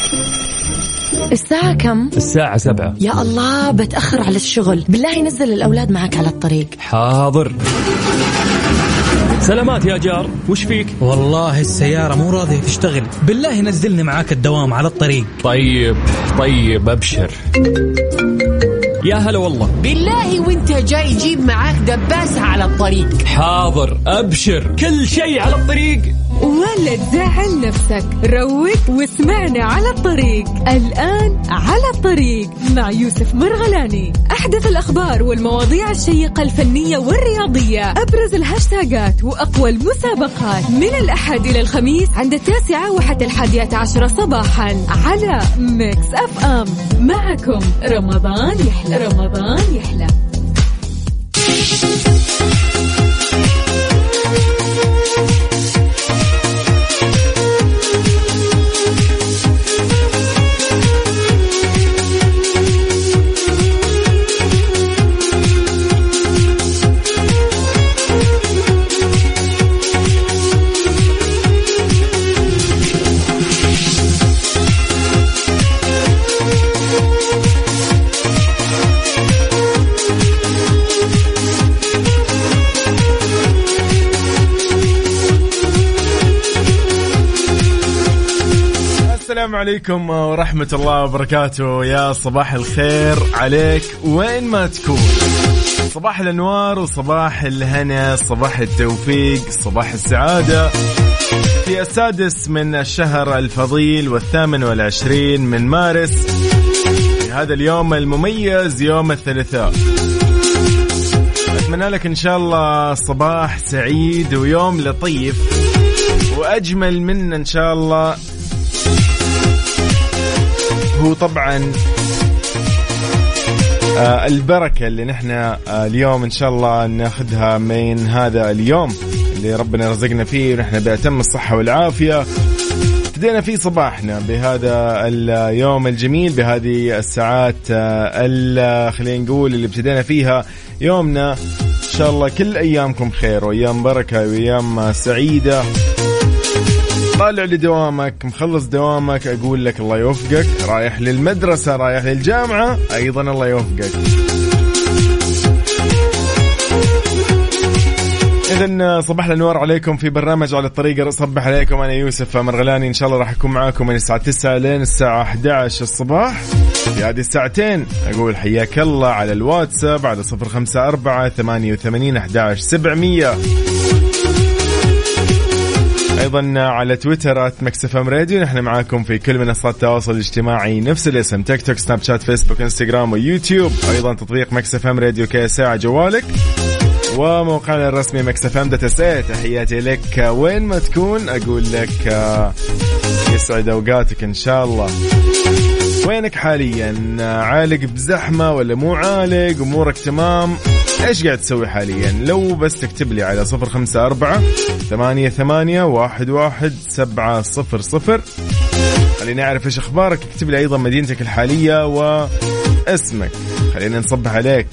الساعة كم؟ الساعة 7. يا الله بتأخر على الشغل، بالله نزل الأولاد معك على الطريق. حاضر. سلامات يا جار، وش فيك؟ والله السيارة مو راضية تشتغل، بالله نزلني معاك الدوام على الطريق. طيب أبشر. يا هلا والله. بالله وانت جاي جيب معاك دباسة على الطريق. حاضر أبشر، كل شيء على الطريق. ولا تزعل نفسك، روق واسمعنا على الطريق. الآن على الطريق مع يوسف مرغلاني. أحدث الأخبار والمواضيع الشيقة الفنية والرياضية، أبرز الهاشتاجات وأقوى المسابقات، من الأحد إلى الخميس عند 9 وحتى 11 صباحا على ميكس أف أم. معكم رمضان يحلى. السلام عليكم ورحمة الله وبركاته. يا صباح الخير عليك وين ما تكون، صباح الأنوار وصباح الهنا، صباح التوفيق، صباح السعادة في 6 من الشهر الفضيل 28 من مارس، في هذا اليوم المميز، يوم الثلاثاء. أتمنى لك إن شاء الله صباح سعيد ويوم لطيف، وأجمل من إن شاء الله هو طبعا البركة اللي نحن اليوم إن شاء الله ناخدها من هذا اليوم اللي ربنا رزقنا فيه، ونحن بأتم الصحة والعافية ابتدينا فيه صباحنا بهذا اليوم الجميل، بهذه الساعات خلينا نقول اللي ابتدينا فيها يومنا. إن شاء الله كل أيامكم خير وأيام بركة وأيام سعيدة. طالع لدوامك، مخلص دوامك، أقول لك الله يوفقك. رايح للمدرسة، رايح للجامعة، أيضا الله يوفقك. إذن صباح الأنوار عليكم في برنامج على الطريق. أصبح عليكم أنا يوسف مرغلاني، إن شاء الله راح أكون معاكم من الساعة 9 لين الساعة 11 الصباح. في هذه الساعتين أقول حياك الله على الواتساب على 0548811700، أيضا على تويتر @مكسفمراديو. نحن معاكم في كل منصات التواصل الاجتماعي نفس الاسم، تيك توك، سناب شات، فيسبوك، انستغرام ويوتيوب. أيضا تطبيق مكسفم راديو كساعة جوالك، وموقعنا الرسمي مكسفم.sa. تحياتي لك وين ما تكون، أقول لك يسعد أوقاتك إن شاء الله. وينك حاليا؟ عالق بزحمة ولا مو عالق؟ أمورك تمام؟ إيش قاعد تسوي حاليا؟ لو بس تكتب لي على 0548811700 خليني أعرف إيش أخبارك. اكتب لي أيضا مدينتك الحالية واسمك، خلينا نصبح عليك.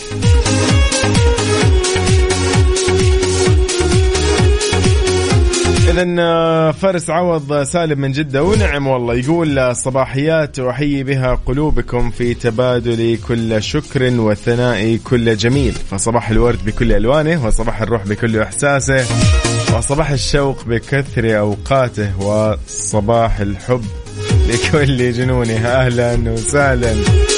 إذن فارس عوض سالم من جدة، ونعم والله، يقول صباحيات وأحيي بها قلوبكم في تبادل كل شكر وثناء كل جميل، فصباح الورد بكل ألوانه، وصباح الروح بكل إحساسه، وصباح الشوق بكثر أوقاته، وصباح الحب لكل جنونه. أهلا وسهلا.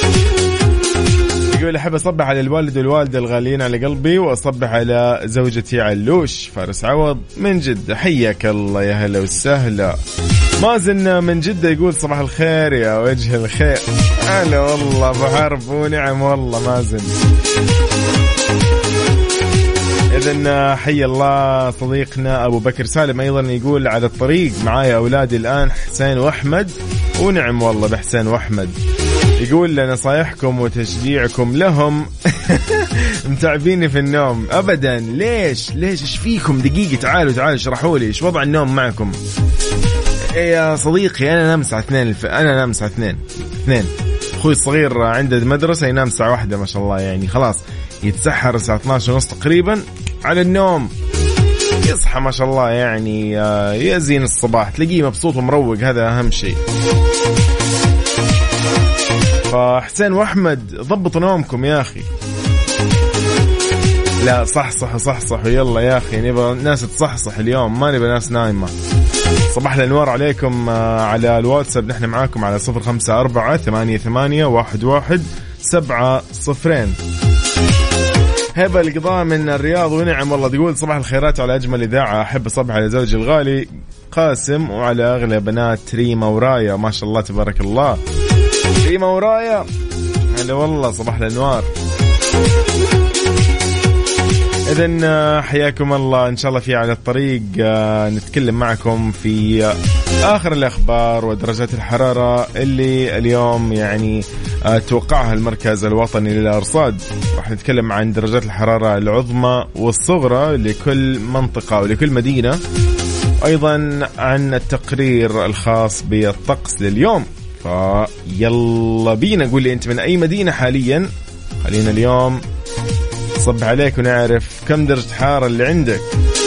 يقول أحب أصبح على الوالد والوالدة الغاليين على قلبي، وأصبح على زوجتي علوش. فارس عوض من جدة، حياك الله، يا هلا وسهلا. مازن من جدة يقول صباح الخير يا وجه الخير. هلا والله أبو حرب، ونعم والله مازن. إذن حي الله صديقنا أبو بكر سالم، أيضا يقول على الطريق معايا أولادي الآن حسين وأحمد، ونعم والله بحسين وأحمد. يقول نصايحكم وتشجيعكم لهم متعبيني في النوم أبدا. ليش إيش فيكم؟ دقيقة تعالوا اشرحوا لي إيش وضع النوم معكم. يا صديقي أنا نام الساعة 2، أنا نام الساعة 2. أخوي الصغير عنده مدرسة ينام الساعة 1 ما شاء الله، يعني خلاص يتسحر الساعة 12:30 تقريبا على النوم. يصحى ما شاء الله يعني يزين الصباح، تلاقيه مبسوط ومروق، هذا أهم شيء. فحسين وأحمد ضبطوا نومكم يا أخي، لا صح ويلا يا أخي، نبغى ناس تصحصح اليوم، ما نبغى ناس نايمة. صباح الأنوار عليكم على الواتساب، نحن معاكم على 0548811700. هبة القضاء من الرياض ونعم والله تقول صباح الخيرات على أجمل إذاعة، أحب أصبح على زوجي الغالي قاسم وعلى أغلى بنات ريما ورايا، ما شاء الله تبارك الله ريما ورايا، هلا والله صباح الأنوار. إذن حياكم الله، إن شاء الله في على الطريق نتكلم معكم في آخر الأخبار ودرجات الحرارة اللي اليوم يعني توقعها المركز الوطني للأرصاد. راح نتكلم عن درجات الحرارة العظمى والصغرى لكل منطقة ولكل مدينة، أيضا عن التقرير الخاص بالطقس لليوم. فيلا بينا، قول لي أنت من أي مدينة حاليا، خلينا اليوم صب عليك ونعرف كم درجة حرارة اللي عندك.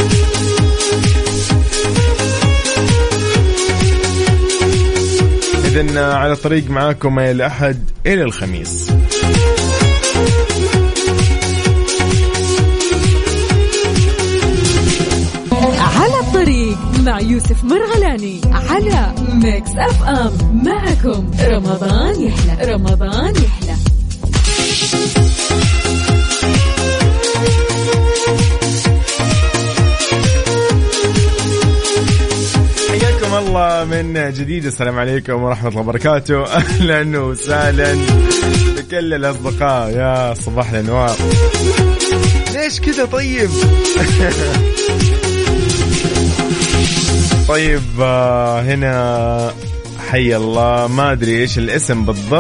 إذن على الطريق معاكم من الأحد إلى الخميس. على الطريق مع يوسف مرغلاني على ميكس اف ام. معكم رمضان يحلى، رمضان يحلى. حياكم الله من جديد، السلام عليكم ورحمة الله وبركاته، أهلا وسهلا بكل الأصدقاء، يا صباح الأنوار. ليش كذا طيب؟ طيب هنا حي الله، ما أدري إيش الاسم بالضبط.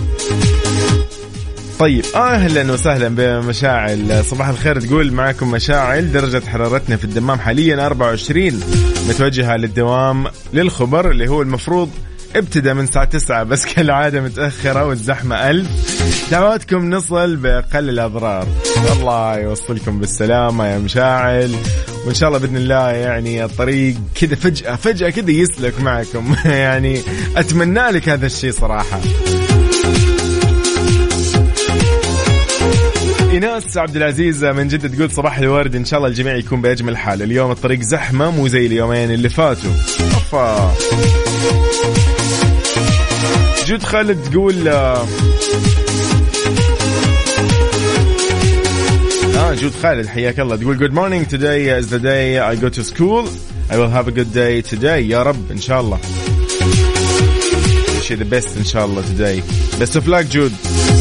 طيب أهلا وسهلا بمشاعل، صباح الخير. تقول معكم مشاعل، درجة حرارتنا في الدمام حاليا 24، متوجهة للدوام للخبر اللي هو المفروض ابتدى من الساعة 9، بس كالعادة متأخرة والزحمة 1000. دعواتكم نصل بأقل الأضرار، الله يوصلكم بالسلامة يا مشاعل، وإن شاء الله بإذن الله يعني الطريق كده فجأة كده يسلك معكم يعني أتمنى لك هذا الشيء صراحة. إيناس عبد العزيز من جدة تقول صباح الورد، إن شاء الله الجميع يكون بأجمل حال، اليوم الطريق زحمة مو زي اليومين اللي فاتوا. أفا جود خالد تقول جود خالد حياك الله، تقول good morning, today is the day I go to school, I will have a good day today. يا رب إن شاء الله the best إن شاء الله today. best of luck جود.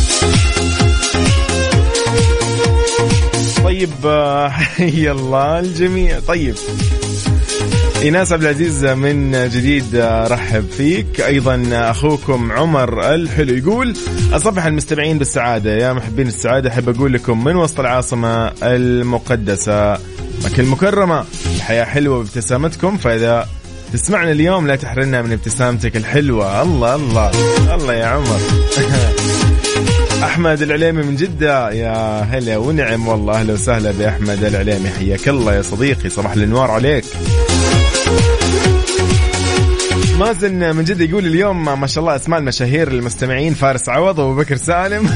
طيب يلا الجميع. طيب إيناس عبد العزيز من جديد رحب فيك، أيضا أخوكم عمر الحلو يقول أصبح المستمعين بالسعادة، يا محبين السعادة أحب أقول لكم من وسط العاصمة المقدسة مكة المكرمة، الحياة حلوة بابتسامتكم، فإذا تسمعنا اليوم لا تحرمنا من ابتسامتك الحلوة. الله الله الله يا عمر. أحمد العليمي من جدة، يا هلا ونعم والله، أهلا وسهلا بأحمد العليمي، حياك الله يا صديقي، صباح الأنوار عليك. مازن من جدة يقول اليوم ما شاء الله أسماء المشاهير المستمعين، فارس عوض وأبو بكر سالم.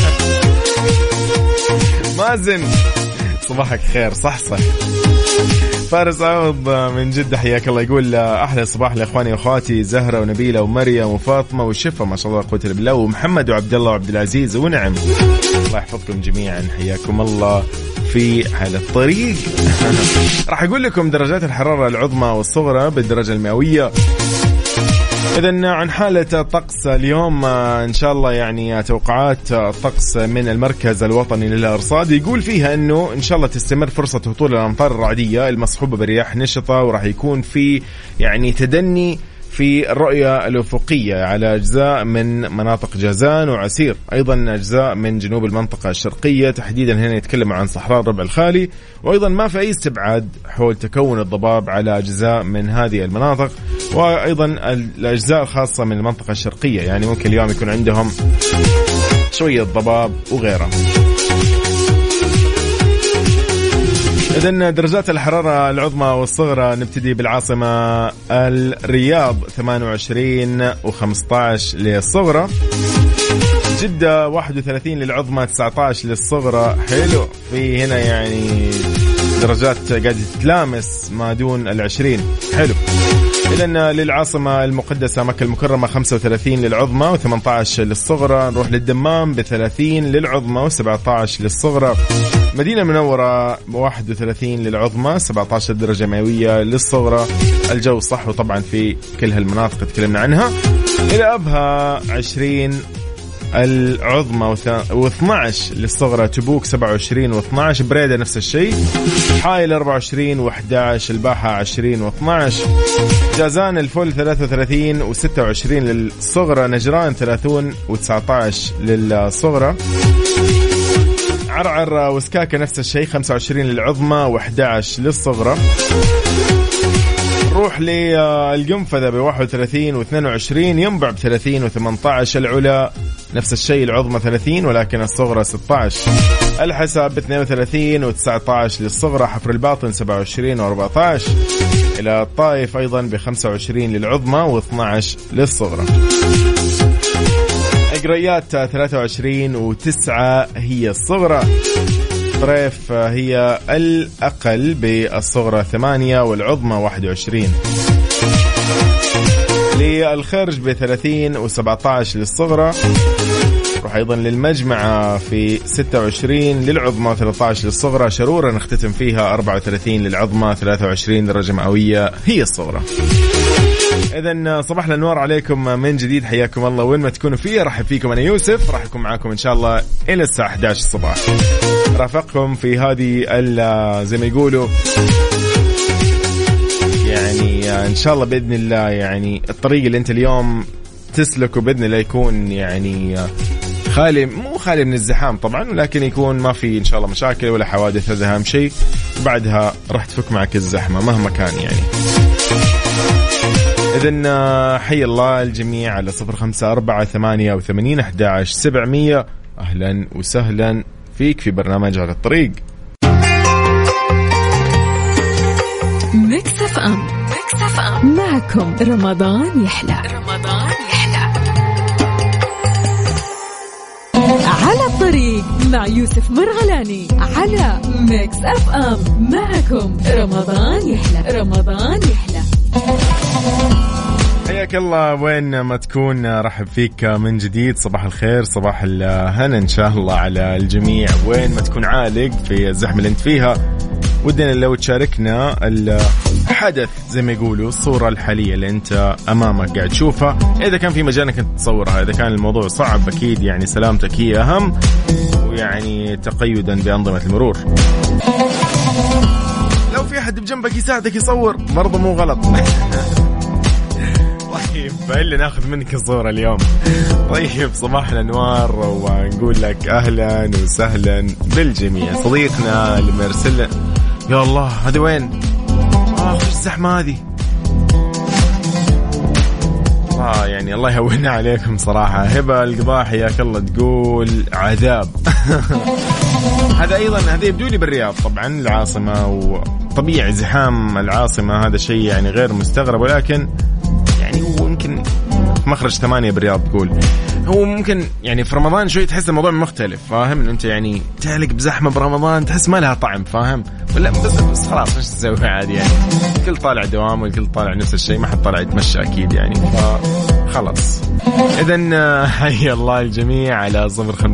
مازن صباحك خير، صح فارس عوض من جدة حياك الله، يقول أحلى صباح لإخواني وأخواتي زهرة ونبيلة ومريم وفاطمة والشفة، ما شاء الله قوة إلا بالله، ومحمد وعبد الله وعبد العزيز ونعم، الله يحفظكم جميعا، حياكم الله في على الطريق. راح أقول لكم درجات الحرارة العظمى والصغرى بالدرجة المئوية. إذن عن حالة الطقس اليوم إن شاء الله يعني توقعات الطقس من المركز الوطني للأرصاد، يقول فيها أنه إن شاء الله تستمر فرصة هطول الأمطار الرعدية المصحوبة برياح نشطة، وراح يكون في يعني تدني في الرؤية الأفقية على أجزاء من مناطق جازان وعسير، أيضا أجزاء من جنوب المنطقة الشرقية تحديدا، هنا يتكلم عن صحراء الربع الخالي، وأيضا ما في أي استبعاد حول تكون الضباب على أجزاء من هذه المناطق، وأيضا الأجزاء الخاصة من المنطقة الشرقية، يعني ممكن اليوم يكون عندهم شوية ضباب وغيره. إذن درجات الحرارة العظمى والصغرى نبتدي بالعاصمة الرياض 28 و15 للصغرى، جدة 31 للعظمى 19 للصغرى. حلو، في هنا يعني درجات قاعدة تلامس ما دون 20. حلو. إذن للعاصمة المقدسة مكة المكرمة 35 للعظمى و18 للصغرى. نروح للدمام ب30 للعظمى و17 للصغرى. مدينة منورة 31 للعظمى 17 درجة مئوية للصغرى. الجو صح وطبعا في كل هالمناطق تكلمنا عنها. إلى أبها 20 العظمى و12 للصغرى. تبوك 27 و12. بريدة نفس الشيء. حائل 24 و11. الباحة 20 و12. جازان الفل 33 و26 للصغرى. نجران 30 و19 للصغرى. عرعر وسكاكة نفس الشيء 25 للعظمى و11 للصغرى. نروح للقنفذة ب31 و22. ينبع ب30 و18. العلا نفس الشيء، العظمى 30 ولكن الصغرى 16. الحساب ب32 و19 للصغرى. حفر الباطن 27 و14. إلى الطائف أيضا ب25 للعظمى و12 للصغرى. قريات 23 و9 هي الصغرى. طريف هي الأقل بالصغرى 8 والعظمى 21. للخرج ب30 و17 للصغرى. روح أيضا للمجمعة في 26 للعظمى 13 للصغرى. شرورة نختتم فيها 34 للعظمى 23 درجة مئوية هي الصغرى. إذن صباح الأنوار عليكم من جديد، حياكم الله وين ما تكونوا فيه. رحب فيكم أنا يوسف، راح أكون معاكم إن شاء الله إلى الساعة 11 الصباح. رافقكم في هذه زي ما يقولوا يعني إن شاء الله بإذن الله، يعني الطريق اللي أنت اليوم تسلكه بإذن الله يكون يعني مو خالي من الزحام طبعا، ولكن يكون ما في إن شاء الله مشاكل ولا حوادث. هذا أهم شيء، وبعدها راح تفك معك الزحمة مهما كان يعني. إذن حي الله الجميع على 0548811700. أهلا وسهلا فيك في برنامج على الطريق. ميكس اف ام معكم رمضان يحلى. على الطريق مع يوسف مرغلاني على ميكس اف ام. معكم رمضان يحلى. حياك الله وين ما تكون، رحب فيك من جديد. صباح الخير، صباح الهنا إن شاء الله على الجميع وين ما تكون عالق في الزحمة اللي انت فيها. ودنا لو تشاركنا الحدث زي ما يقولوا، الصورة الحالية اللي انت امامك قاعد تشوفها، اذا كان في مجال انك تصورها. اذا كان الموضوع صعب اكيد يعني سلامتك هي اهم، ويعني تقيدا بأنظمة المرور. لو في احد بجنبك يساعدك يصور برضه مو غلط. طيب اللي ناخذ منك الصورة اليوم. طيب صباح الأنوار، ونقول لك أهلا وسهلا بالجميع. صديقنا اللي مرسل، يا الله هذا وين؟ ايش الزحمة هذه؟ يعني الله يهونها عليكم صراحة. هبة القضاء حياك الله تقول عذاب. هذا أيضا هذا يبدو لي بالرياض طبعا العاصمة، وطبيعي زحام العاصمة هذا شيء يعني غير مستغرب، ولكن يعني هو يمكن مخرج 8 بالرياض تقول. هو ممكن يعني في رمضان شوي تحس الموضوع مختلف، فاهم إن أنت يعني تعلق بزحمة برمضان تحس ما لها طعم، فاهم ولا؟ بس خلاص مش تسوي عادي يعني. الكل طالع دوام والكل طالع نفس الشيء، ما حد طالع يتمشى أكيد يعني، فخلاص. إذن حي الله الجميع على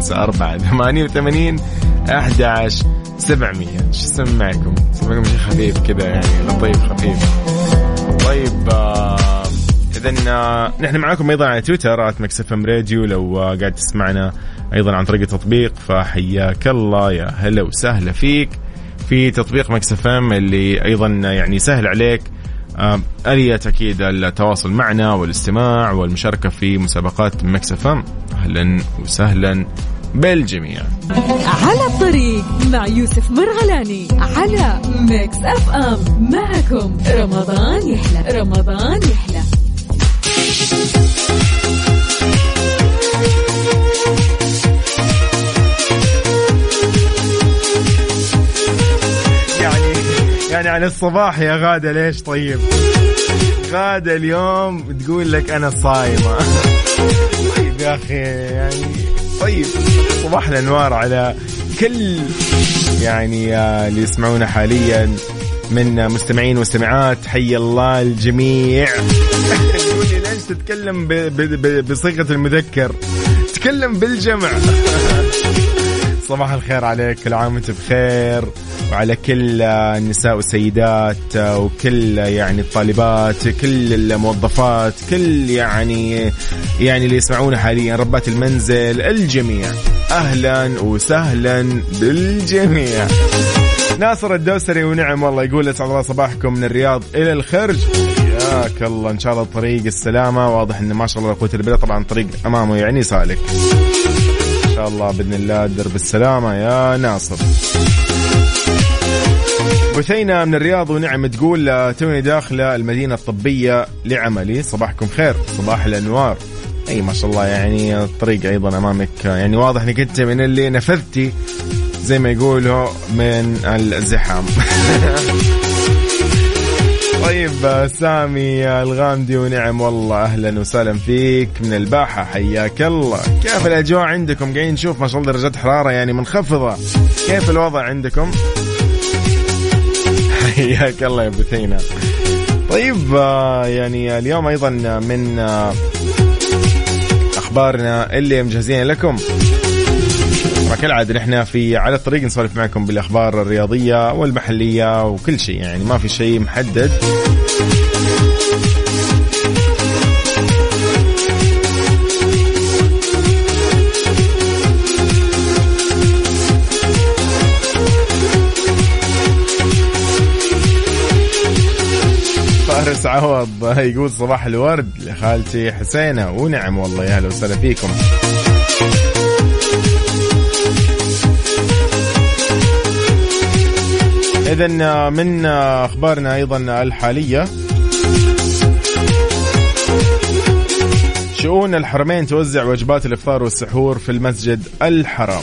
0548811700. شو سمعكم شيء خفيف كذا يعني، لطيف خفيف. طيب إذن نحن معاكم أيضا على تويتر @مكسفمراديو. لو قاعد تسمعنا أيضا عن طريق التطبيق فحياك الله، يا هلا وسهلا فيك في تطبيق مكسفم اللي أيضا يعني سهل عليك آلية أكيد التواصل معنا والاستماع والمشاركة في مسابقات مكسفم. أهلا وسهلا بالجميع. على الطريق مع يوسف مرغلاني على ميكس اف ام. معكم رمضان يحلى. يعني يعني على الصباح يا غادة ليش؟ طيب غادة اليوم تقول لك أنا صايمة. طيب يا أخي يعني طيب صباح الأنوار على كل يعني اللي يسمعونا حاليا من مستمعين ومستمعات. حي الله الجميع. تقول لي ليش تتكلم بصيغة المذكر؟ تكلم بالجمع. صباح الخير عليك، كل عام وانت بخير، وعلى كل النساء والسيدات وكل يعني الطالبات، كل الموظفات، كل يعني اللي يسمعونا حاليا، ربات المنزل، الجميع أهلا وسهلا بالجميع. ناصر الدوسري ونعم والله يقول أسعد الله صباحكم من الرياض إلى الخرج. ياك الله إن شاء الله طريق السلامة. واضح إن ما شاء الله قوة البلاد طبعا طريق أمامه يعني سالك إن شاء الله بإذن الله درب السلامة يا ناصر. بثينة من الرياض ونعم تقول توني داخلة المدينة الطبية لعملي. صباحكم خير، صباح الأنوار. أي ما شاء الله يعني الطريق أيضا أمامك، يعني واضح إنك أنت من اللي نفذتي زي ما يقولوا من الزحام. طيب سامي الغامدي ونعم والله أهلا وسهلا فيك من الباحة، حياك الله. كيف الأجواء عندكم؟ قاعدين نشوف ما شاء الله درجات حرارة يعني منخفضة، كيف الوضع عندكم؟ حياك الله يا بثينة. طيب يعني اليوم أيضا من أخبارنا اللي مجهزين لكم كالعادة نحن في على الطريق نسولف معكم بالأخبار الرياضية والمحلية وكل شيء، يعني ما في شيء محدد. فارس عوض يقول صباح الورد لخالتي حسينة ونعم والله يا هلا وسهلا فيكم. إذن من أخبارنا أيضا الحالية، شؤون الحرمين توزع وجبات الإفطار والسحور في المسجد الحرام.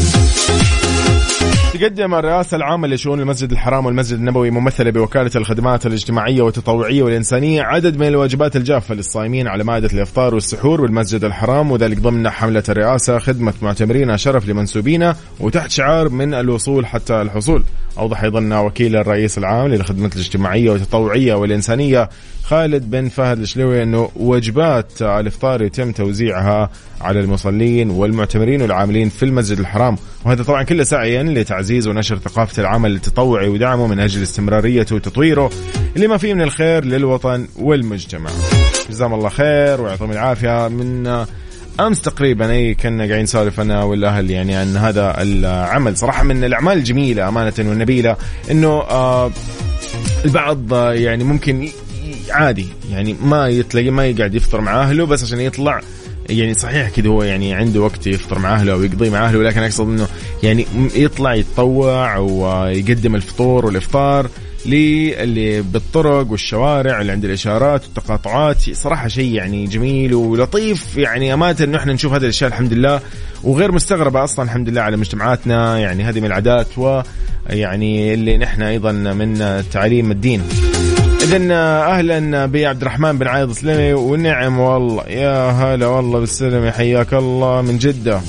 تقدم الرئاسة العامة لشؤون المسجد الحرام والمسجد النبوي ممثلة بوكالة الخدمات الاجتماعية والتطوعية والإنسانية عدد من الواجبات الجافة للصائمين على مائدة الإفطار والسحور بالمسجد الحرام، وذلك ضمن حملة الرئاسة خدمة معتمرين شرف لمنسوبين وتحت شعار من الوصول حتى الحصول. أوضح أيضا وكيل الرئيس العام للخدمات الاجتماعية والتطوعية والإنسانية خالد بن فهد الشلوي أنه وجبات الإفطار يتم توزيعها على المصلين والمعتمرين والعاملين في المسجد الحرام، وهذا طبعا كله سعيا لتعزيز ونشر ثقافة العمل التطوعي ودعمه من أجل استمراريته وتطويره اللي ما فيه من الخير للوطن والمجتمع. جزاهم الله خير ويعطيهم العافية. من أمس تقريبا كنا قاعدين نسولف أنا والأهل يعني عن هذا العمل، صراحة من الأعمال الجميلة أمانة والنبيلة، إنه البعض يعني ممكن عادي يعني ما يقعد يفطر مع أهله بس عشان يطلع، يعني صحيح كده هو يعني عنده وقت يفطر مع أهله ويقضي مع أهله، ولكن أقصد إنه يعني يطلع يتطوع ويقدم الفطور والإفطار اللي بالطرق والشوارع اللي عند الإشارات والتقاطعات. صراحة شيء يعني جميل ولطيف، يعني أمانة إنه إحنا نشوف هذه الأشياء الحمد لله، وغير مستغربة أصلا الحمد لله على مجتمعاتنا، يعني هذه من العادات ويعني اللي نحن أيضا من تعليم الدين. إذن أهلا بعبد الرحمن بن عايض سلمي ونعم والله يا هلا والله بالسلمي، حياك الله من جدة.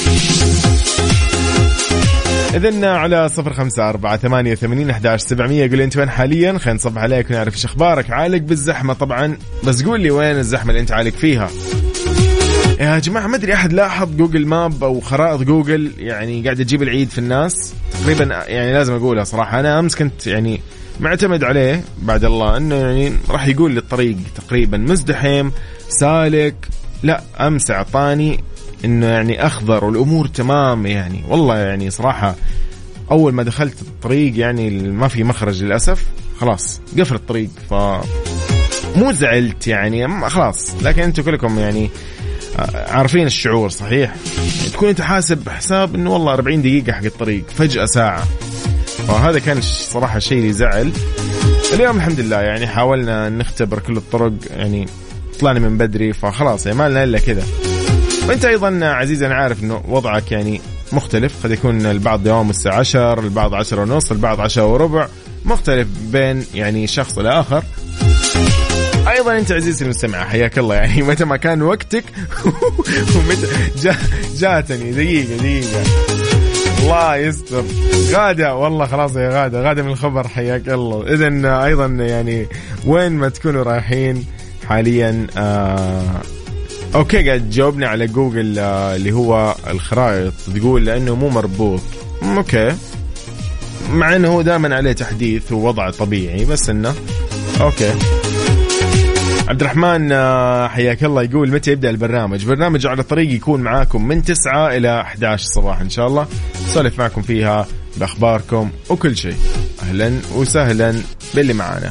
إذن على 0548811700 قول لي أنت وين حاليا، خلينا نصبح عليك ونعرف إيش أخبارك. عالق بالزحمة طبعا، بس قول لي وين الزحمة اللي أنت عالق فيها يا جماعة. ما أدري أحد لاحظ جوجل ماب أو خرائط جوجل يعني قاعدة تجيب العيد في الناس تقريبا، يعني لازم أقولها صراحة. أنا أمس كنت يعني معتمد عليه بعد الله أنه يعني راح يقول لي الطريق تقريبا مزدحم سالك، لا أمس أعطاني إنه يعني أخضر والأمور تمام، يعني والله يعني صراحة أول ما دخلت الطريق يعني ما في مخرج للأسف، خلاص قفل الطريق، فمو زعلت يعني خلاص، لكن أنتوا كلكم يعني عارفين الشعور صحيح، يعني تكون أنت حاسب حساب إنه والله 40 دقيقة حق الطريق فجأة ساعة، وهذا كان صراحة شيء اللي زعل. اليوم الحمد لله يعني حاولنا نختبر كل الطرق، يعني طلعنا من بدري فخلاص يعني ما لنا إلا كذا. وانت ايضا عزيزي انا عارف انه وضعك يعني مختلف، قد يكون البعض يوم الساعة 10، البعض 10:30، البعض 10:15، مختلف بين يعني شخص لآخر. أيضا أنت عزيزي المستمع حياك الله، يعني متى ما كان وقتك ومتى جاتني دقيقة الله يستر. غادة والله خلاص يا غادة من الخبر حياك الله. إذن أيضا يعني وين ما تكونوا رايحين حاليا أوكي قاعد تجاوبنا على جوجل اللي هو الخرائط، تقول لأنه مو مربوط. أوكي مع أنه هو دائما عليه تحديث ووضع طبيعي بس إنه أوكي. عبد الرحمن حياك الله يقول متى يبدأ البرنامج؟ برنامج على الطريق يكون معاكم من 9 إلى 11 صباح إن شاء الله، سولف معكم فيها بأخباركم وكل شيء. أهلا وسهلا باللي معانا.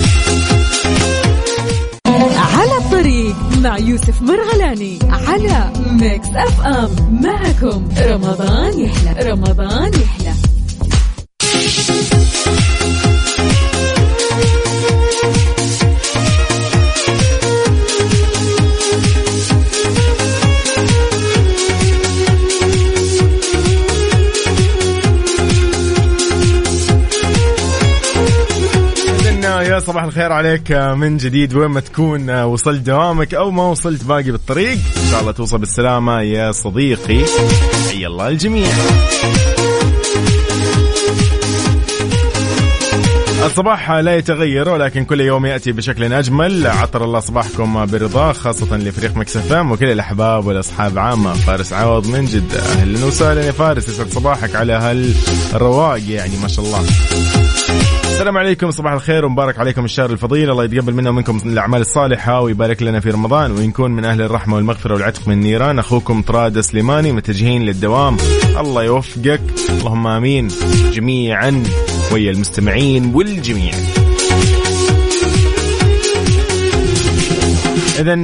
على الطريق مع يوسف مرغلاني على ميكس اف ام. معكم رمضان يحلى. رمضان يحلى. يا صباح الخير عليك من جديد، وين ما تكون وصلت دوامك أو ما وصلت باقي بالطريق، إن شاء الله توصل بالسلامة يا صديقي. حي الله الجميع. الصباح لا يتغير ولكن كل يوم يأتي بشكل أجمل. عطر الله صباحكم برضاه، خاصة لفريق ميكس اف ام وكل الأحباب والأصحاب عامة. فارس عوض من جدة، أهلا وسهلا يا فارس، يسعد صباحك على هالرواق يعني ما شاء الله. السلام عليكم، صباح الخير ومبارك عليكم الشهر الفضيل. الله يتقبل منا ومنكم الأعمال الصالحة ويبارك لنا في رمضان ونكون من أهل الرحمة والمغفرة والعتق من النيران. أخوكم طراد سليماني متجهين للدوام، الله يوفقك اللهم آمين جميعا ويا المستمعين والجميع. إذن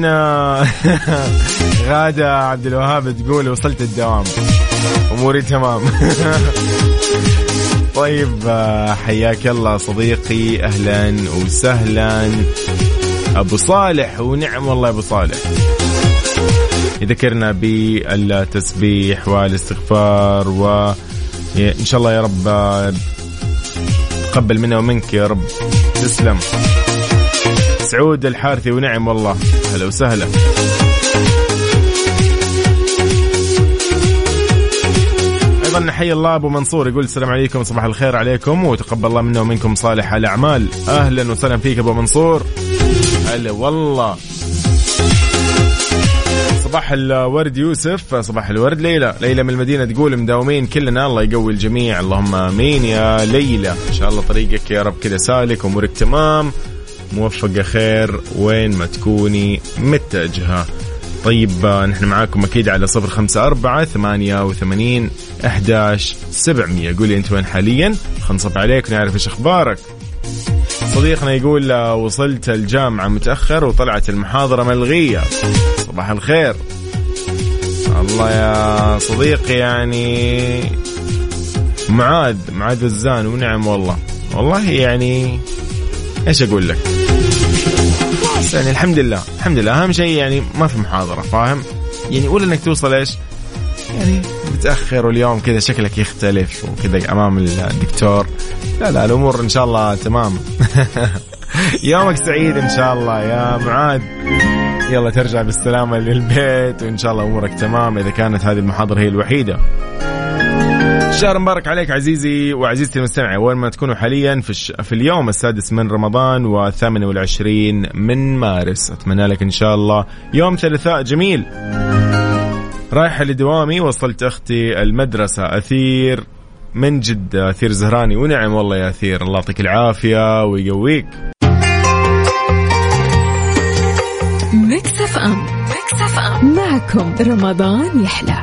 غادة عبد الوهاب تقول وصلت الدوام أموري تمام. طيب حياك الله صديقي، أهلا وسهلا أبو صالح. ونعم والله أبو صالح يذكرنا بالتسبيح والاستغفار، وإن شاء الله يا رب تقبل منا ومنك يا رب. تسلم. سعود الحارثي ونعم والله، أهلا وسهلا. أيضا حي الله أبو منصور يقول السلام عليكم، صباح الخير عليكم وتقبل الله منا ومنكم صالح الأعمال. أهلا وسهلا فيك أبو منصور، هلا والله. صباح الورد يوسف، صباح الورد ليلى من المدينة تقول مداومين كلنا، الله يقوي الجميع اللهم آمين يا ليلى. إن شاء الله طريقك يا رب كده سالك وأمورك تمام موفقة خير وين ما تكوني متجهة. طيب نحن معاكم أكيد على 0548811700. قولي أنت وين حاليا، خنصب عليك ونعرف إيش أخبارك. صديقنا يقول وصلت الجامعة متأخر وطلعت المحاضرة ملغية. صباح الخير. الله يا صديقي، يعني معاذ الزان ونعم والله يعني إيش أقول لك، يعني الحمد لله أهم شيء يعني ما في محاضرة، فاهم يعني. قول إنك توصل إيش يعني متأخر واليوم كذا شكلك يختلف وكذا أمام الدكتور. لا الأمور إن شاء الله تمام. يومك سعيد إن شاء الله يا معاذ، يلا ترجع بالسلامة للبيت وإن شاء الله أمورك تمام إذا كانت هذه المحاضرة هي الوحيدة. شهر مبارك عليك عزيزي وعزيزتي المستمع، وين ما تكونوا حاليا في اليوم 6 من رمضان و28 من مارس. أتمنى لك إن شاء الله يوم ثلاثاء جميل. رايحة لدوامي، وصلت أختي المدرسة أثير من جدة، أثير زهراني ونعم والله يا أثير، الله يعطيك العافية ويقويك. ميكس اف ام معكم رمضان يحلى.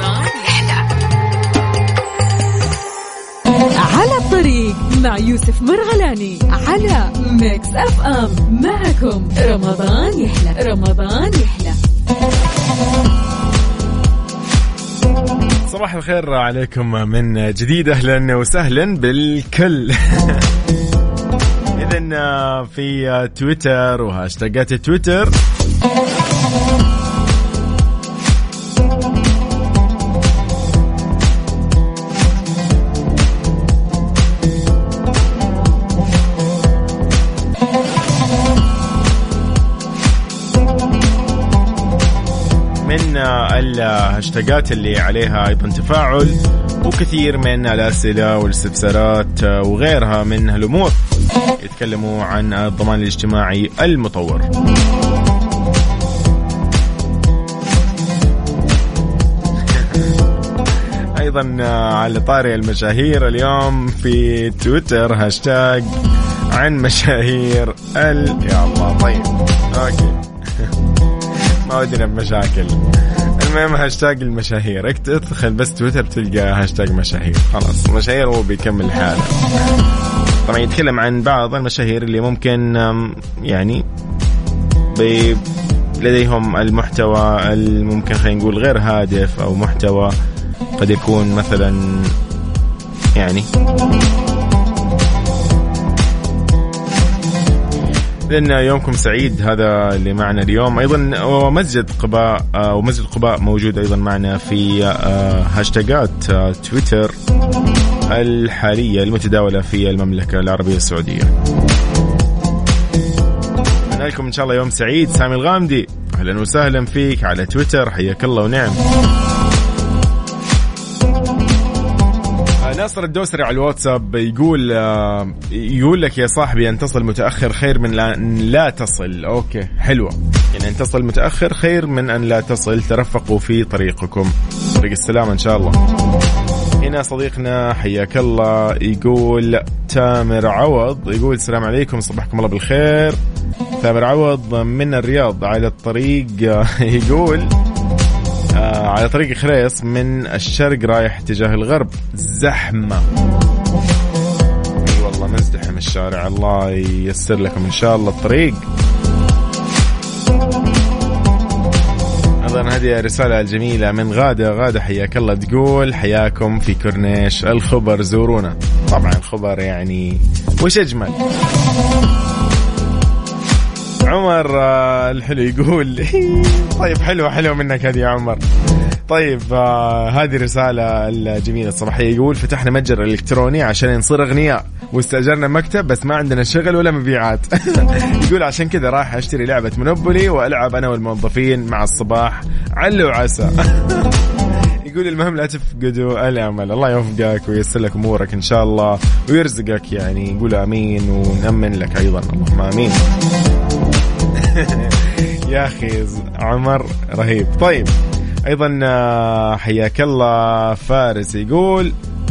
على الطريق مع يوسف مرغلاني على ميكس اف ام. معكم رمضان يحلى. صباح الخير عليكم من جديد، أهلا وسهلا بالكل. إذن في تويتر وهاشتاجات تويتر من الهاشتاجات اللي عليها أيضا تفاعل وكثير من الأسئلة والاستفسارات وغيرها من هالأمور يتكلموا عن الضمان الاجتماعي المطور. أيضا على طاري المشاهير اليوم في تويتر هاشتاج عن مشاهير يا الله. طيب أوكي ما ودنا بمشاكل. المهم هاشتاج المشاهير، ادخل بس تويتر بتلقى هاشتاج مشاهير، خلاص مشاهير هو بيكمل حاله. طبعا يتكلم عن بعض المشاهير اللي ممكن يعني لديهم المحتوى الممكن خلينا نقول غير هادف أو محتوى قد يكون مثلا يعني لأن يومكم سعيد. هذا اللي معنا اليوم. أيضا ومسجد قباء ومسجد قباء موجود أيضا معنا في هاشتاجات تويتر الحالية المتداولة في المملكة العربية السعودية. أنا لكم إن شاء الله يوم سعيد. سامي الغامدي أهلا وسهلا فيك على تويتر، حياك الله ونعم. ناصر الدوسري على الواتساب يقول لك يا صاحبي أن تصل متأخر خير من أن لا تصل. أوكي حلوة، يعني أن تصل متأخر خير من أن لا تصل. ترفقوا في طريقكم، طريق السلام إن شاء الله. هنا صديقنا حياك الله يقول تامر عوض، يقول السلام عليكم صباحكم الله بالخير. تامر عوض من الرياض على الطريق يقول على طريق خريص من الشرق رايح اتجاه الغرب زحمة. والله مزدحم الشارع، الله ييسر لكم إن شاء الله الطريق. أيضا هذه رسالة الجميلة من غادة حياك الله، تقول حياكم في كورنيش الخبر زورونا. طبعا الخبر يعني وش أجمل. عمر الحلو يقول طيب حلو منك هذه يا عمر. طيب هذه رسالة الجميلة الصباحية، يقول فتحنا متجر إلكتروني عشان نصير أغنياء واستأجرنا مكتب بس ما عندنا شغل ولا مبيعات. يقول عشان كذا راح أشتري لعبة مونوبولي وألعب أنا والموظفين مع الصباح علو عسى. يقول المهم لا تفقدوا الأمل. الله يوفقك وييسر لك أمورك إن شاء الله ويرزقك، يعني يقول آمين ونأمن لك أيضا اللهم آمين. يا أخي عمر رهيب. طيب أيضا حياك الله فارس يقول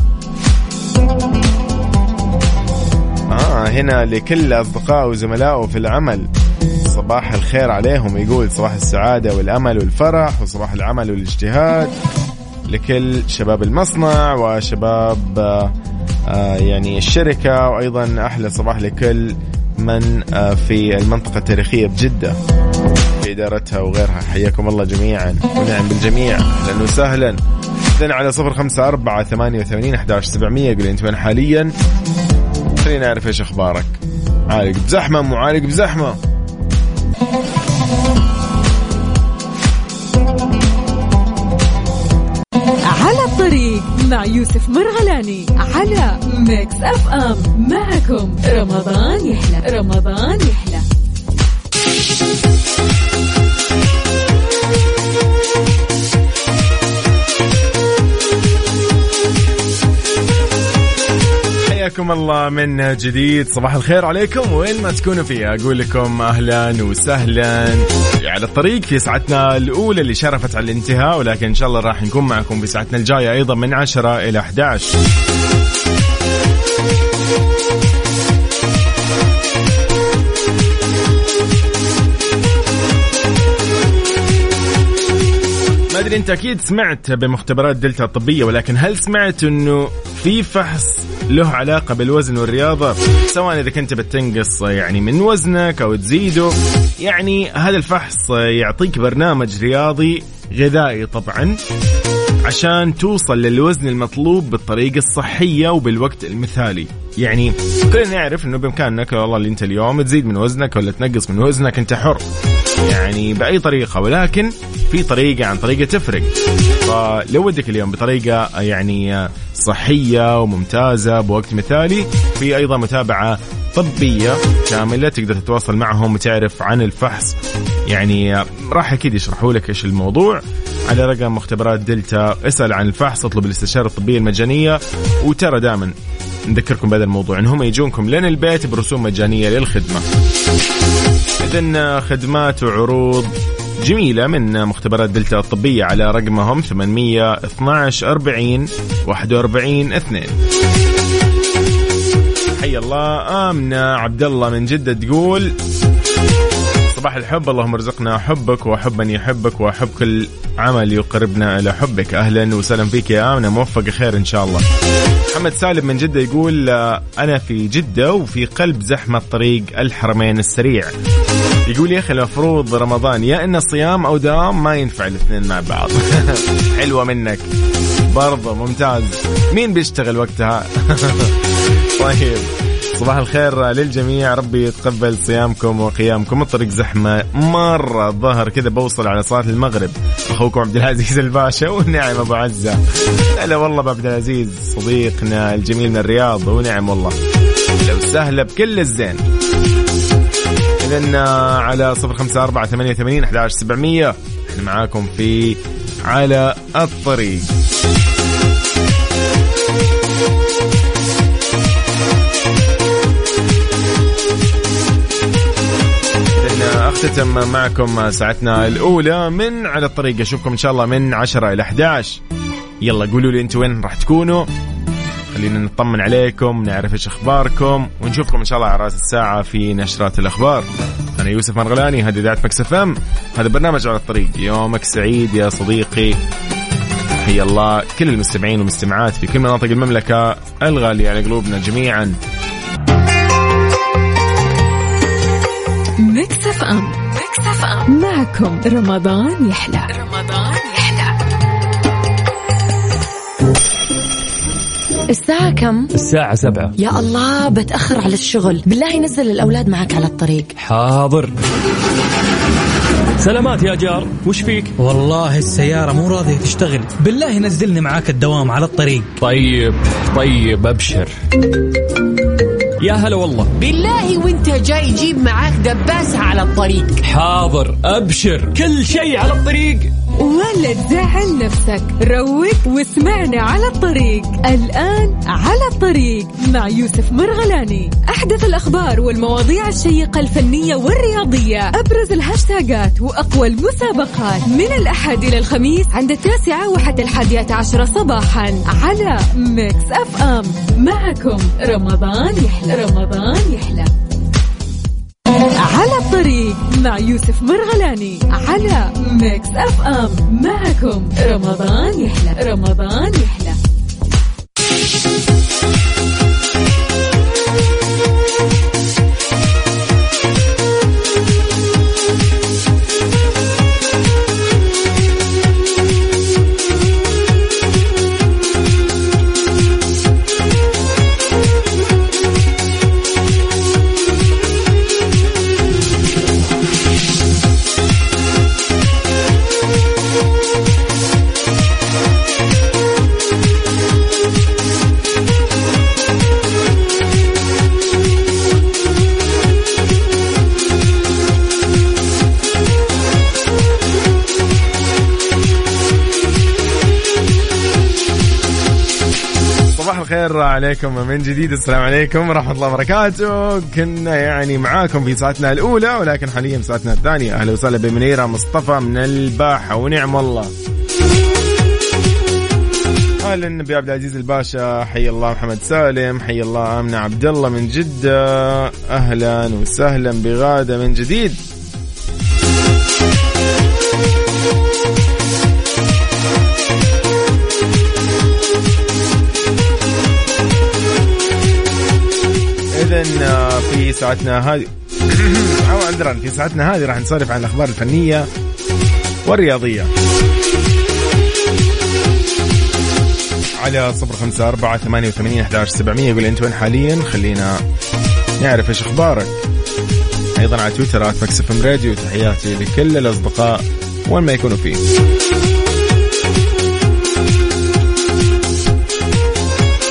هنا لكل أصدقائه وزملائه في العمل صباح الخير عليهم. يقول صباح السعادة والأمل والفرح وصباح العمل والاجتهاد لكل شباب المصنع وشباب يعني الشركة، وأيضا أحلى صباح لكل من في المنطقة التاريخية بجدة في إدارتها وغيرها. حياكم الله جميعا ونعم بالجميع، أهلا وسهلا. لنا على 0548811700. يقول أنت وين حاليا؟ خلينا نعرف إيش أخبارك. عالق بزحمة مو عالق بزحمة؟ على الطريق مع يوسف مرغلاني على ميكس اف ام. معكم رمضان يحلى، رمضان يحلى. حياكم الله من جديد، صباح الخير عليكم وين ما تكونوا فيها. أقول لكم أهلا وسهلا على الطريق في ساعتنا الأولى اللي شرفت على الانتهاء، ولكن إن شاء الله راح نكون معكم بساعتنا الجاية أيضا من 10 إلى 11. ما أدري أنت أكيد سمعت بمختبرات دلتا الطبية، ولكن هل سمعت أنه في فحص له علاقة بالوزن والرياضة، سواء إذا كنت بتنقص يعني من وزنك أو تزيده؟ يعني هذا الفحص يعطيك برنامج رياضي غذائي طبعا عشان توصل للوزن المطلوب بالطريقة الصحية وبالوقت المثالي. يعني كلنا نعرف أنه بإمكانك والله اللي أنت اليوم تزيد من وزنك ولا تنقص من وزنك، أنت حر يعني بأي طريقة، ولكن في طريقة عن طريقة تفرق. فلو ودك اليوم بطريقة يعني صحية وممتازة بوقت مثالي، في أيضا متابعة طبية كاملة تقدر تتواصل معهم وتعرف عن الفحص. يعني راح أكيد يشرحوا لك إيش الموضوع، على رقم مختبرات دلتا. اسأل عن الفحص، اطلب الاستشارة الطبية المجانية. وترى دائما نذكركم بهذا الموضوع إن هم يجونكم لين البيت برسوم مجانية للخدمة. إذن خدمات وعروض جميلة من مختبرات دلتا الطبية على رقمهم 812 40 41 2. حي الله. آمنة عبد الله من جدة تقول صباح الحب، اللهم ارزقنا حبك وحب من يحبك وحب كل عمل يقربنا إلى حبك. أهلا وسهلا فيك يا آمنة، موفق خير إن شاء الله. محمد سالم من جدة يقول أنا في جدة وفي قلب زحمة طريق الحرمين السريع. يقول يا أخي المفروض رمضان يا إن صيام أو دوام، ما ينفع الاثنين مع بعض. حلوة منك برضه، ممتاز. مين بيشتغل وقتها؟ طيب صباح الخير للجميع، ربي يتقبل صيامكم وقيامكم. الطريق زحمة مرة، الظهر كذا بوصل على صلاة المغرب. أخوكم عبد العزيز الباشا. ونعم أبو عزة. لا والله عبد العزيز صديقنا الجميل من الرياض، ونعم والله لو سهلة بكل الزين. إذن على 0548811700 احنا معاكم في على الطريق. أختتم معكم ساعتنا الأولى من على الطريق. أشوفكم إن شاء الله من 10 إلى 11. يلا قولوا لي أنتوا وين راح تكونوا، خلينا نطمن عليكم، نعرف إيش أخباركم، ونشوفكم إن شاء الله على رأس الساعة في نشرات الأخبار. أنا يوسف مرغلاني، هذه إذاعة مكس اف ام، هذا برنامج على الطريق. يومك سعيد يا صديقي. حيا الله كل المستمعين والمستمعات في كل مناطق المملكة الغالية على قلوبنا جميعا. مكس اف ام، مكس اف ام معكم رمضان يحلى. رمضان يحلى. الساعة كم؟ الساعة 7. يا الله بتأخر على الشغل، بالله نزل الأولاد معك على الطريق. حاضر. سلامات يا جار، وش فيك؟ والله السيارة مو راضية تشتغل، بالله نزلني معاك الدوام على الطريق. طيب أبشر. يا هلا والله. بالله وانت جاي جيب معاك دباسة على الطريق. حاضر أبشر، كل شيء على الطريق. ولا تزعل نفسك، روق واسمعنا على الطريق. الآن على الطريق مع يوسف مرغلاني. أحدث الأخبار والمواضيع الشيقة الفنية والرياضية، أبرز الهاشتاجات وأقوى المسابقات، من الأحد إلى الخميس عند 9 وحتى 11 صباحا على ميكس اف ام. معكم رمضان يحلى. رمضان يحلى على الطريق مع يوسف مرغلاني على ميكس اف ام. معكم رمضان يحلى. رمضان يحلى. الخير عليكم من جديد. السلام عليكم ورحمة الله وبركاته. كنا يعني معاكم في ساعتنا الأولى، ولكن حاليا في ساعتنا الثانية. أهلا وسهلا بمنيرة مصطفى من الباحة، ونعم الله. أهلا بعبد العزيز الباشا، حي الله. محمد سالم، حي الله. آمنة عبد الله من جدة، أهلا وسهلا بغادة من جديد. إذن في ساعتنا هذه في ساعتنا هذه راح نسولف عن الأخبار الفنية والرياضية على 0548811700. يقول أنت وين حاليا، خلينا نعرف إيش أخبارك. أيضا على تويتر @مكسفمراديو. تحياتي لكل الأصدقاء وين ما يكونوا فيه.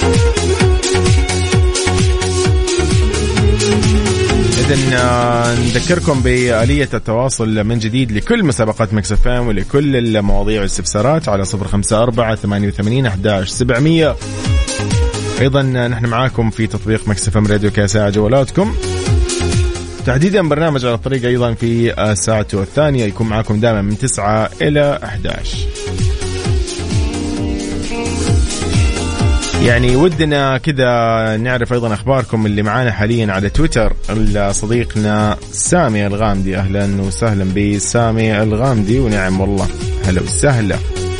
إذن نذكركم بآلية التواصل من جديد لكل مسابقات ميكس اف ام ولكل المواضيع والاستفسارات على 0548811700. أيضا نحن معاكم في تطبيق ميكس اف ام راديو كساعة جوالاتكم، تحديدا برنامج على الطريق أيضا في ساعته الثانية يكون معاكم دائما من 9 إلى 11. يعني ودنا كذا نعرف أيضا أخباركم اللي معانا حاليا على تويتر. صديقنا سامي الغامدي، أهلا وسهلا بسامي الغامدي، ونعم والله هلا وسهلا.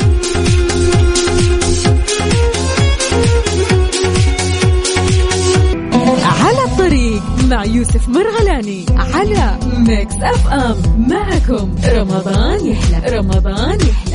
على الطريق مع يوسف مرغلاني على ميكس اف ام. معكم رمضان يحلى، رمضان يحلى.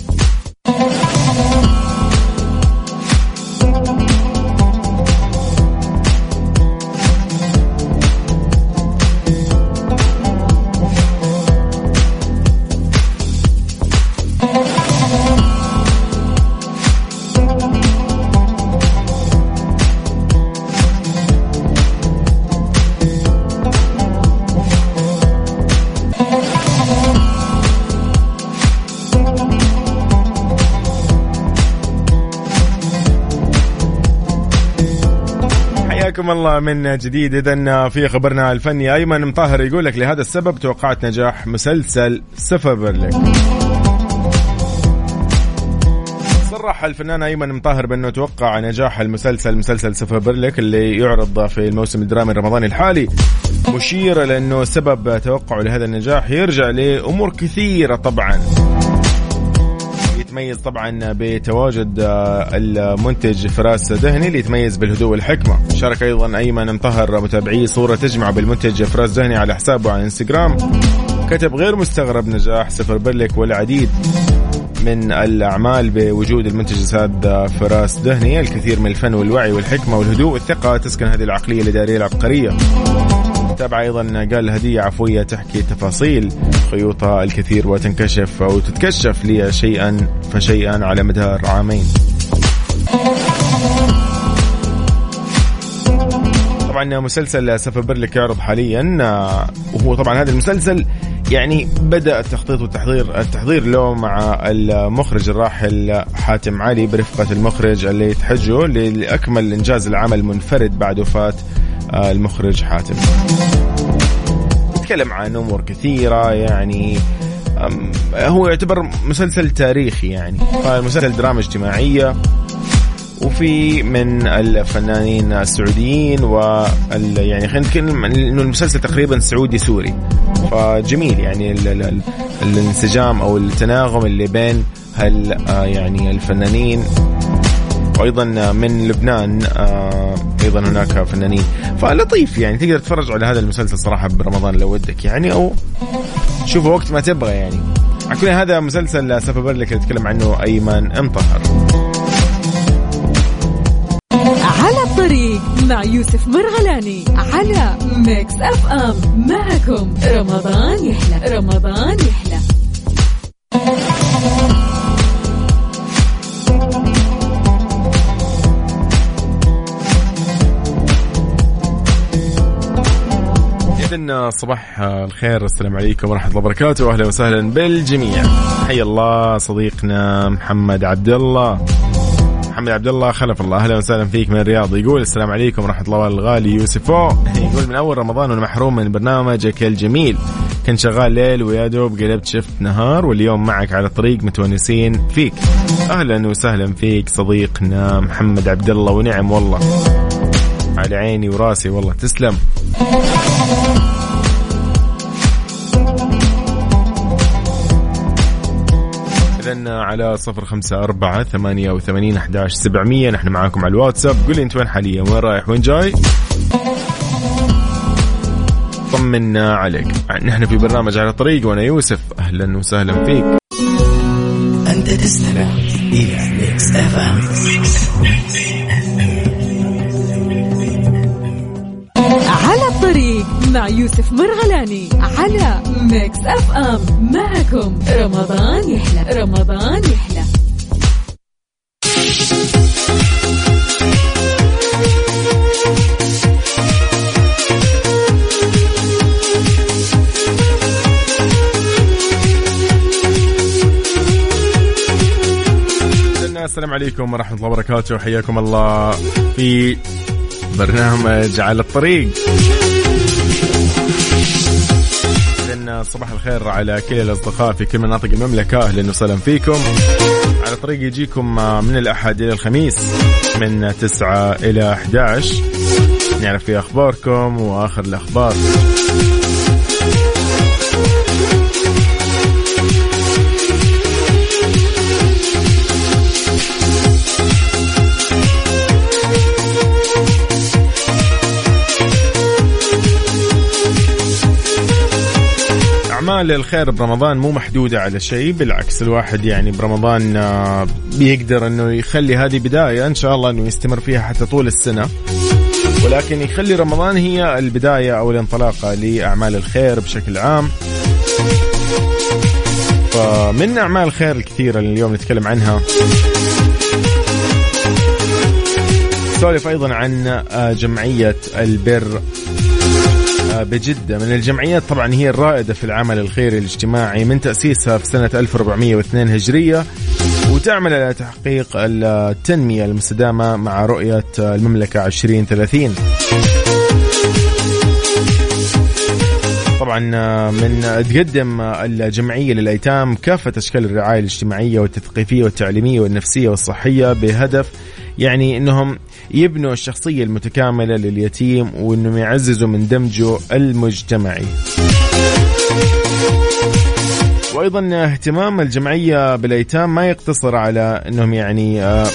حياكم الله من جديد. إذن في خبرنا الفني أيمن مطهر يقول لك لهذا السبب توقعت نجاح مسلسل سفر برلك. صرح الفنان أيمن مطهر بأنه توقع نجاح مسلسل سفر برلك اللي يعرض في الموسم الدرامي الرمضاني الحالي، مشير لأنه سبب توقعه لهذا النجاح يرجع لأمور كثيرة. طبعا يتميز طبعا بتواجد المنتج فراس دهني اللي يتميز بالهدوء والحكمة. شارك أيضا أيمن مطهر متابعيه صورة تجمع بالمنتج فراس دهني على حسابه على انستغرام، كتب غير مستغرب نجاح سفر برلك والعديد من الأعمال بوجود المنتج الأستاذ فراس دهني. الكثير من الفن والوعي والحكمة والهدوء والثقة تسكن هذه العقلية الإدارية العبقرية. تابع أيضا قال هدية عفوية تحكي تفاصيل خيوطها الكثير وتنكشف أو تتكشف لي شيئا فشيئا على مدار عامين. طبعا مسلسل سفر برلك يعرض حاليا، وهو طبعا هذا المسلسل يعني بدأ التخطيط والتحضير له مع المخرج الراحل حاتم علي برفقة المخرج اللي يتحجوا لأكمل إنجاز العمل منفرد بعد وفاة المخرج حاتم. يتكلم عن أمور كثيرة، يعني هو يعتبر مسلسل تاريخي، يعني فالمسلسل دراما اجتماعية وفي من الفنانين السعوديين يعني خلينا نتكلم إنه المسلسل تقريبا سعودي سوري، فجميل يعني الانسجام أو التناغم اللي بين يعني الفنانين، وأيضا من لبنان أيضا هناك فنانين، فلطيف يعني تقدر تتفرج على هذا المسلسل صراحة برمضان لو ودك يعني، أو شوفه وقت ما تبغى يعني. عكون هذا مسلسل سفر برلك اللي يتكلم عنه أيمن مطهر. على الطريق مع يوسف مرغلاني على ميكس اف ام. معكم رمضان يحلى، رمضان يحلى. صباح الخير، السلام عليكم ورحمة الله وبركاته، وأهلا وسهلا بالجميع. حي الله صديقنا محمد عبد الله خلف الله، أهلا وسهلا فيك من الرياض. يقول السلام عليكم ورحمة الله الغالي يوسفو. يقول من أول رمضان وأنا محروم من برنامجك الجميل، كنت شغال ليل ويا دوب قلبت شفت نهار، واليوم معك على الطريق متونسين فيك. أهلا وسهلا فيك صديقنا محمد عبد الله، ونعم والله على عيني وراسي والله، تسلم. إذن على 0548811700 نحن معاكم على الواتساب. قولي انت وين حاليا، وين رايح، وين جاي، طمنا عليك. نحن في برنامج على الطريق وأنا يوسف، أهلا وسهلا فيك. أنت تستمع إلى ميكس اف ام. على الطريق مع يوسف مرغلاني على ميكس اف ام. معكم رمضان يحلى، رمضان يحلى. السلام عليكم ورحمة الله وبركاته، حياكم الله في برنامج على الطريق. صباح الخير على كل الأصدقاء في كل مناطق المملكة، أهلا وسهلا فيكم. على الطريق يجيكم من الأحد إلى الخميس من 9 إلى 11 نعرف فيه أخباركم وآخر الأخبار. أعمال الخير برمضان مو محدودة على شيء، بالعكس الواحد يعني برمضان بيقدر أنه يخلي هذه بداية إن شاء الله أنه يستمر فيها حتى طول السنة، ولكن يخلي رمضان هي البداية أو الانطلاقة لأعمال الخير بشكل عام. فمن أعمال الخير الكثيرة اللي اليوم نتكلم عنها سولف أيضا عن جمعية البر بجدة، من الجمعيات طبعا هي الرائدة في العمل الخيري الاجتماعي من تأسيسها في سنة 1402 هجرية، وتعمل على تحقيق التنمية المستدامة مع رؤية المملكة 2030. طبعا من تقدم الجمعية للأيتام كافة أشكال الرعاية الاجتماعية والتثقيفية والتعليمية والنفسية والصحية بهدف يعني أنهم يبنوا الشخصية المتكاملة لليتيم وأنهم يعززوا من دمجه المجتمعي. وأيضا اهتمام الجمعية بالأيتام ما يقتصر على أنهم يعني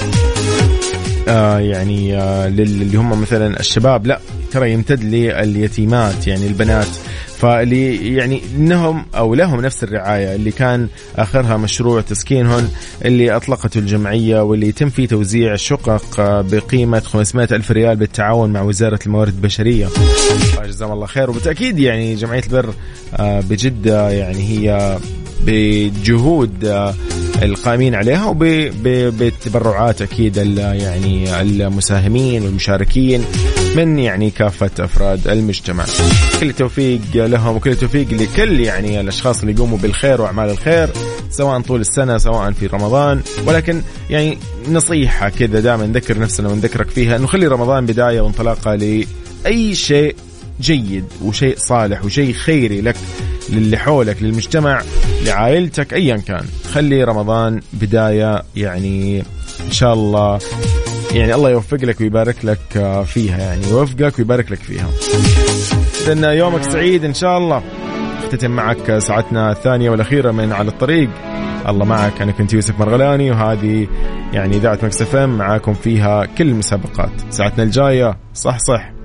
اللي هم مثلا الشباب، لا ترى يمتد لليتيمات يعني البنات، فاللي يعني انهم او لهم نفس الرعايه اللي كان اخرها مشروع تسكينهن اللي اطلقته الجمعيه، واللي يتم فيه توزيع شقق بقيمه 500,000 ريال بالتعاون مع وزاره الموارد البشريه. جزاهم الله خير. وبالتاكيد يعني جمعيه البر بجده يعني هي بجهود القائمين عليها وبتبرعات أكيد يعني المساهمين والمشاركين من يعني كافة أفراد المجتمع. كل التوفيق لهم وكل التوفيق لكل يعني الأشخاص اللي يقوموا بالخير وأعمال الخير سواء طول السنة سواء في رمضان. ولكن يعني نصيحة كذا دائما نذكر نفسنا ونذكرك فيها أنه خلي رمضان بداية وانطلاقة لأي شيء جيد وشيء صالح وشيء خيري لك، للي حولك، للمجتمع، لعائلتك، أيا كان. خلي رمضان بداية يعني إن شاء الله يعني الله يوفق لك ويبارك لك فيها، يعني يوفقك ويبارك لك فيها. إذن يومك سعيد إن شاء الله. اختتم معك ساعتنا الثانية والأخيرة من على الطريق. الله معك، أنا كنت يوسف مرغلاني، وهذه يعني إذاعة مكس FM معاكم فيها كل المسابقات. ساعتنا الجاية صح